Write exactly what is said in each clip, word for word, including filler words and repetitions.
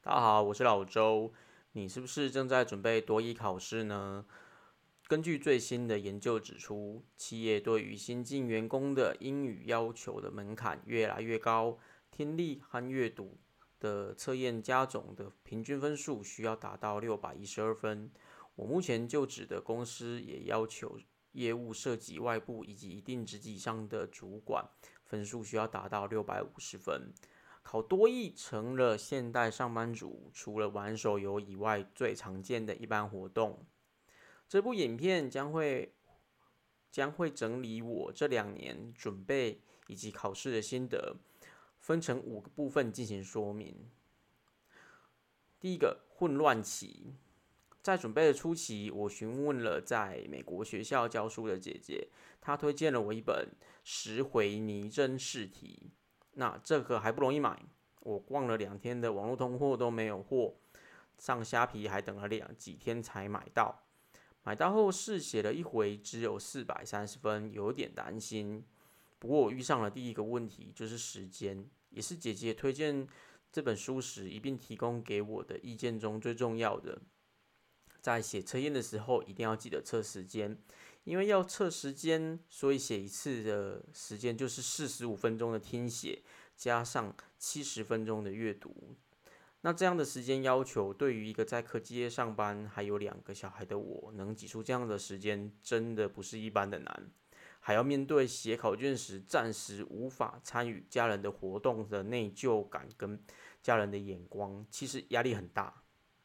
大家好，我是老周。你是不是正在准备多益考试呢？根据最新的研究指出，企业对于新进员工的英语要求的门槛越来越高，听力和阅读的测验加总的平均分数需要达到六百一十二分。我目前就职的公司也要求业务涉及外部以及一定职级以上的主管，分数需要达到六百五十分。考多益成了现代上班族除了玩手游以外最常见的一般活动。这部影片将会将会整理我这两年准备以及考试的心得，分成五个部分进行说明。第一个，混乱期。在准备的初期，我询问了在美国学校教书的姐姐，她推荐了我一本十回拟真试题。那这个还不容易买，我逛了两天的网络通货都没有货，上虾皮还等了两几天才买到。买到后试写了一回，只有四百三十分，有点担心。不过我遇上了第一个问题，就是时间，也是姐姐推荐这本书时一并提供给我的意见中最重要的。在写测验的时候，一定要记得测时间，因为要测时间，所以写一次的时间就是四十五分钟的听写，加上七十分钟的阅读。那这样的时间要求，对于一个在科技业上班还有两个小孩的我，能挤出这样的时间，真的不是一般的难。还要面对写考卷时暂时无法参与家人的活动的内疚感跟家人的眼光，其实压力很大。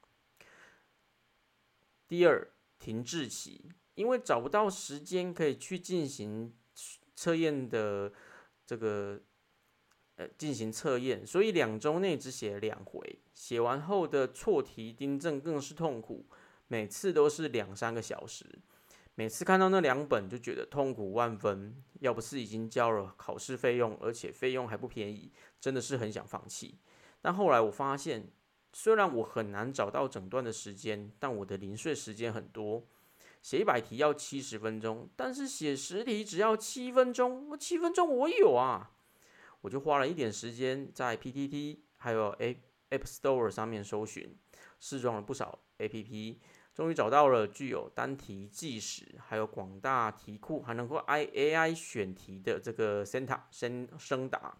第二，停滞期，因为找不到时间可以去进行测验的这个呃进行测验，所以两周内只写了两回，写完后的错题订正更是痛苦，每次都是两三个小时。每次看到那两本就觉得痛苦万分，要不是已经交了考试费用，而且费用还不便宜，真的是很想放弃。但后来我发现，虽然我很难找到整段的时间，但我的零碎时间很多。写一百题要七十分钟，但是写十题只要七分钟，七分钟我有啊。我就花了一点时间在 P T T 还有 App Store 上面搜寻，试装了不少 A P P， 终于找到了具有单题计时，还有广大题库，还能够 A I 选题的这个 Senta 声声达。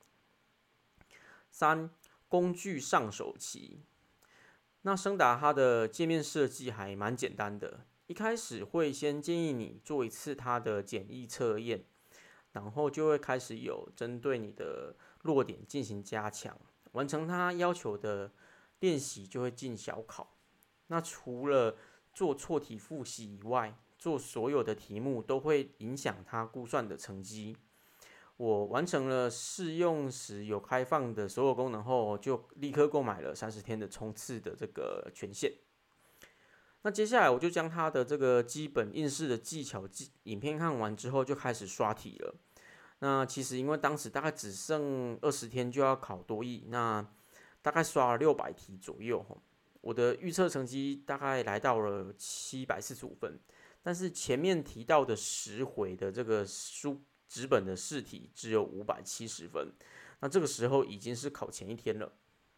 三、工具上手期。那声达它的界面设计还蛮简单的，一开始会先建议你做一次它的简易测验，然后就会开始有针对你的弱点进行加强，完成它要求的练习就会进小考。那除了做错题复习以外，做所有的题目都会影响它估算的成绩。我完成了试用时有开放的所有功能后，就立刻购买了三十天的冲刺的这个权限。那接下来我就将它的这个基本应试的技巧影片看完之后，就开始刷题了。那其实因为当时大概只剩二十天就要考多益，那大概刷了六百题左右，我的预测成绩大概来到了七百四十五分。但是前面提到的十回的这个书纸本的试题只有五百七十分，那这个时候已经是考前一天了。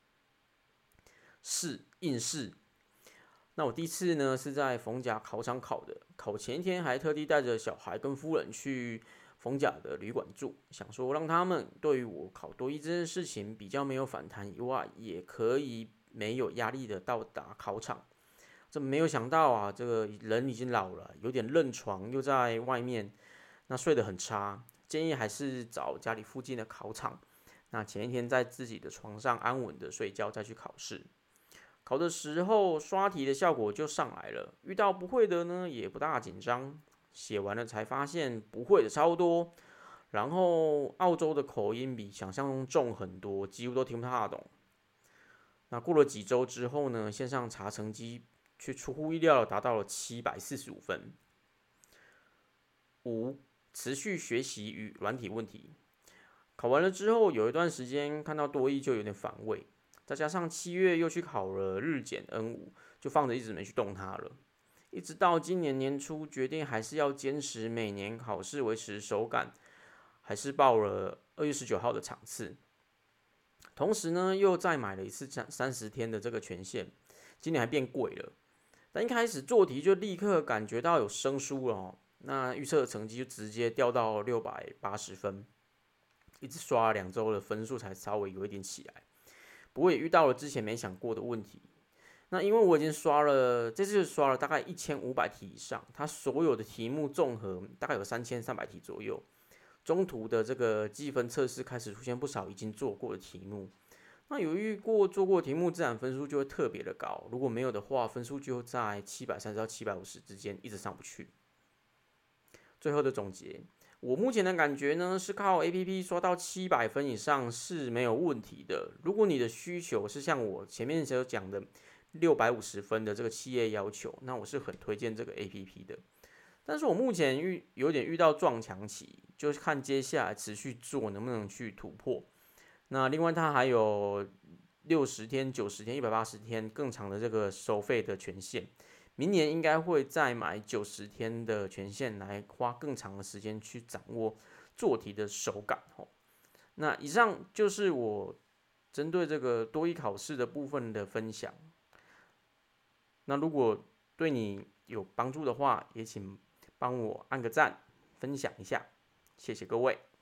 试应试，那我第一次呢是在逢甲考场考的，考前一天还特地带着小孩跟夫人去逢甲的旅馆住，想说让他们对于我考多益这件事情比较没有反弹以外，也可以没有压力的到达考场。这没有想到啊，这个人已经老了，有点认床，又在外面，那睡得很差。建议还是找家里附近的考场。那前一天在自己的床上安稳的睡觉，再去考试。考的时候刷题的效果就上来了，遇到不会的呢也不大紧张。写完了才发现不会的超多，然后澳洲的口音比想象中重很多，几乎都听不太懂。那过了几周之后呢，线上查成绩却出乎意料达到了七百四十五分。五、持续学习与软体问题。考完了之后，有一段时间看到多益就有点反胃，再加上七月又去考了日检 N 五，就放着一直没去动它了。一直到今年年初，决定还是要坚持每年考试维持手感，还是报了二月十九号的场次。 同时呢，又再买了一次三十天的这个权限，今年还变贵了。但一开始做题就立刻感觉到有生疏了哦，那预测成绩就直接掉到六百八十分，一直刷了两周的分数才稍微有一点起来。不过也遇到了之前没想过的问题。那因为我已经刷了，这次刷了大概一千五百题以上，它所有的题目综合大概有三千三百题左右。中途的这个积分测试开始出现不少已经做过的题目。那有遇过做过题目，自然分数就会特别的高。如果没有的话，分数就在七百三十到七百五十之间，一直上不去。最后的总结，我目前的感觉呢，是靠 A P P 刷到七百分以上是没有问题的。如果你的需求是像我前面所讲的六百五十分的这个企业要求，那我是很推荐这个 A P P 的。但是我目前遇有点遇到撞墙期，就是看接下来持续做能不能去突破。那另外它还有六十天、九十天、一百八十天更长的这个收费的权限，明年应该会再买九十天的权限来花更长的时间去掌握做题的手感哦。那以上就是我针对这个多益考试的部分的分享。那如果对你有帮助的话，也请帮我按个赞，分享一下，谢谢各位。